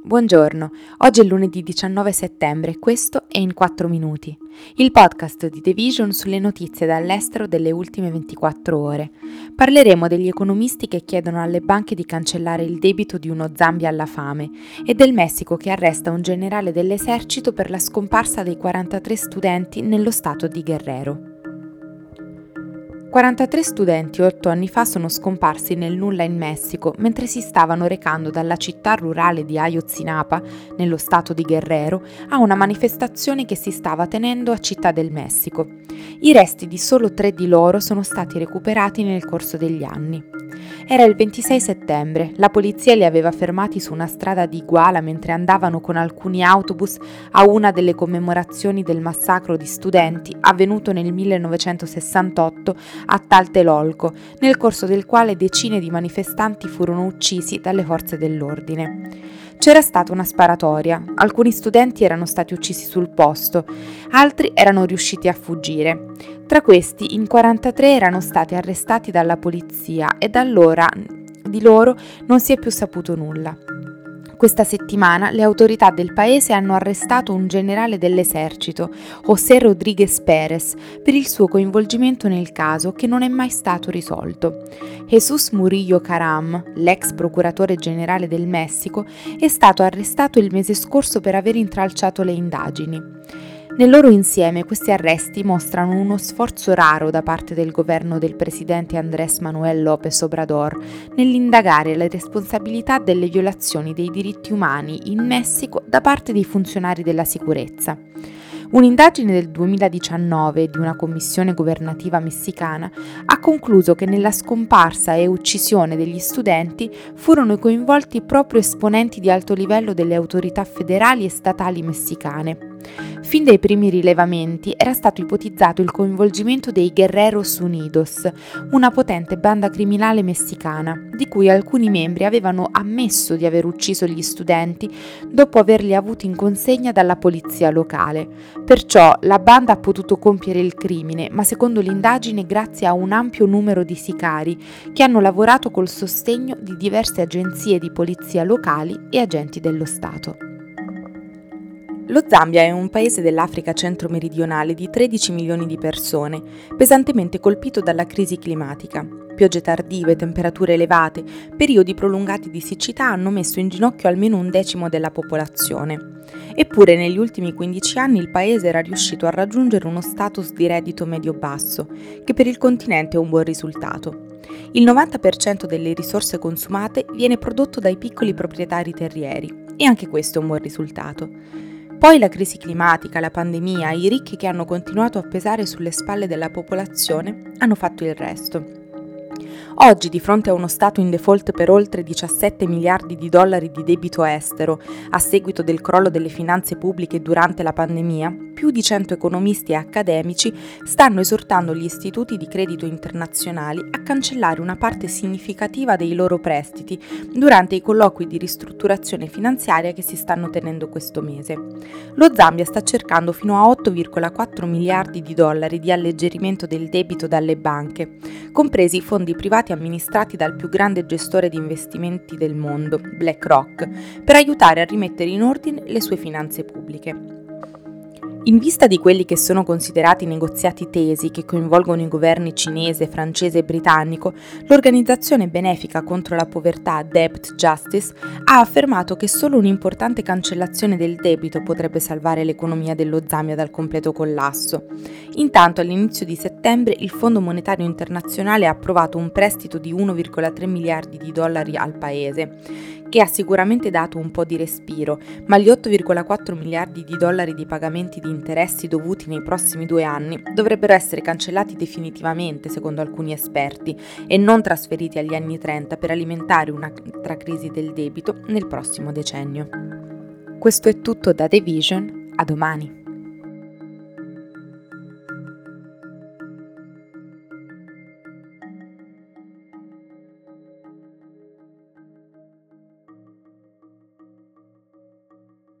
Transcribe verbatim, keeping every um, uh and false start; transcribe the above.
Buongiorno, oggi è lunedì diciannove settembre e questo è In quattro minuti, il podcast di The Vision sulle notizie dall'estero delle ultime ventiquattro ore. Parleremo degli economisti che chiedono alle banche di cancellare il debito di uno Zambia alla fame e del Messico che arresta un generale dell'esercito per la scomparsa dei quarantatré studenti nello stato di Guerrero. quarantatré studenti otto anni fa sono scomparsi nel nulla in Messico mentre si stavano recando dalla città rurale di Ayotzinapa, nello stato di Guerrero, a una manifestazione che si stava tenendo a Città del Messico. I resti di solo tre di loro sono stati recuperati nel corso degli anni. Era il ventisei settembre, la polizia li aveva fermati su una strada di Iguala mentre andavano con alcuni autobus a una delle commemorazioni del massacro di studenti avvenuto nel millenovecentosessantotto a Tlatelolco, nel corso del quale decine di manifestanti furono uccisi dalle forze dell'ordine. C'era stata una sparatoria, alcuni studenti erano stati uccisi sul posto, altri erano riusciti a fuggire. Tra questi, in quarantatré erano stati arrestati dalla polizia e da allora di loro non si è più saputo nulla. Questa settimana le autorità del paese hanno arrestato un generale dell'esercito, José Rodríguez Pérez, per il suo coinvolgimento nel caso che non è mai stato risolto. Jesús Murillo Caram, l'ex procuratore generale del Messico, è stato arrestato il mese scorso per aver intralciato le indagini. Nel loro insieme questi arresti mostrano uno sforzo raro da parte del governo del presidente Andrés Manuel López Obrador nell'indagare le responsabilità delle violazioni dei diritti umani in Messico da parte dei funzionari della sicurezza. Un'indagine del duemiladiciannove di una commissione governativa messicana ha concluso che nella scomparsa e uccisione degli studenti furono coinvolti proprio esponenti di alto livello delle autorità federali e statali messicane. Fin dai primi rilevamenti era stato ipotizzato il coinvolgimento dei Guerreros Unidos, una potente banda criminale messicana, di cui alcuni membri avevano ammesso di aver ucciso gli studenti dopo averli avuti in consegna dalla polizia locale. Perciò la banda ha potuto compiere il crimine, ma secondo l'indagine grazie a un ampio numero di sicari che hanno lavorato col sostegno di diverse agenzie di polizia locali e agenti dello Stato. Lo Zambia è un paese dell'Africa centro-meridionale di tredici milioni di persone, pesantemente colpito dalla crisi climatica. Piogge tardive, temperature elevate, periodi prolungati di siccità hanno messo in ginocchio almeno un decimo della popolazione. Eppure negli ultimi quindici anni il paese era riuscito a raggiungere uno status di reddito medio-basso, che per il continente è un buon risultato. Il novanta per cento delle risorse consumate viene prodotto dai piccoli proprietari terrieri, e anche questo è un buon risultato. Poi la crisi climatica, la pandemia, i ricchi che hanno continuato a pesare sulle spalle della popolazione hanno fatto il resto. Oggi, di fronte a uno Stato in default per oltre diciassette miliardi di dollari di debito estero, a seguito del crollo delle finanze pubbliche durante la pandemia, più di cento economisti e accademici stanno esortando gli istituti di credito internazionali a cancellare una parte significativa dei loro prestiti durante i colloqui di ristrutturazione finanziaria che si stanno tenendo questo mese. Lo Zambia sta cercando fino a otto virgola quattro miliardi di dollari di alleggerimento del debito dalle banche, compresi i fondi privati amministrati dal più grande gestore di investimenti del mondo, BlackRock, per aiutare a rimettere in ordine le sue finanze pubbliche. In vista di quelli che sono considerati negoziati tesi che coinvolgono i governi cinese, francese e britannico, l'organizzazione benefica contro la povertà Debt Justice ha affermato che solo un'importante cancellazione del debito potrebbe salvare l'economia dello Zambia dal completo collasso. Intanto all'inizio di settembre il Fondo Monetario Internazionale ha approvato un prestito di uno virgola tre miliardi di dollari al paese, che ha sicuramente dato un po' di respiro, ma gli otto virgola quattro miliardi di dollari di pagamenti di interessi dovuti nei prossimi due anni dovrebbero essere cancellati definitivamente, secondo alcuni esperti, e non trasferiti agli anni trenta per alimentare un'altra crisi del debito nel prossimo decennio. Questo è tutto da The Vision, a domani.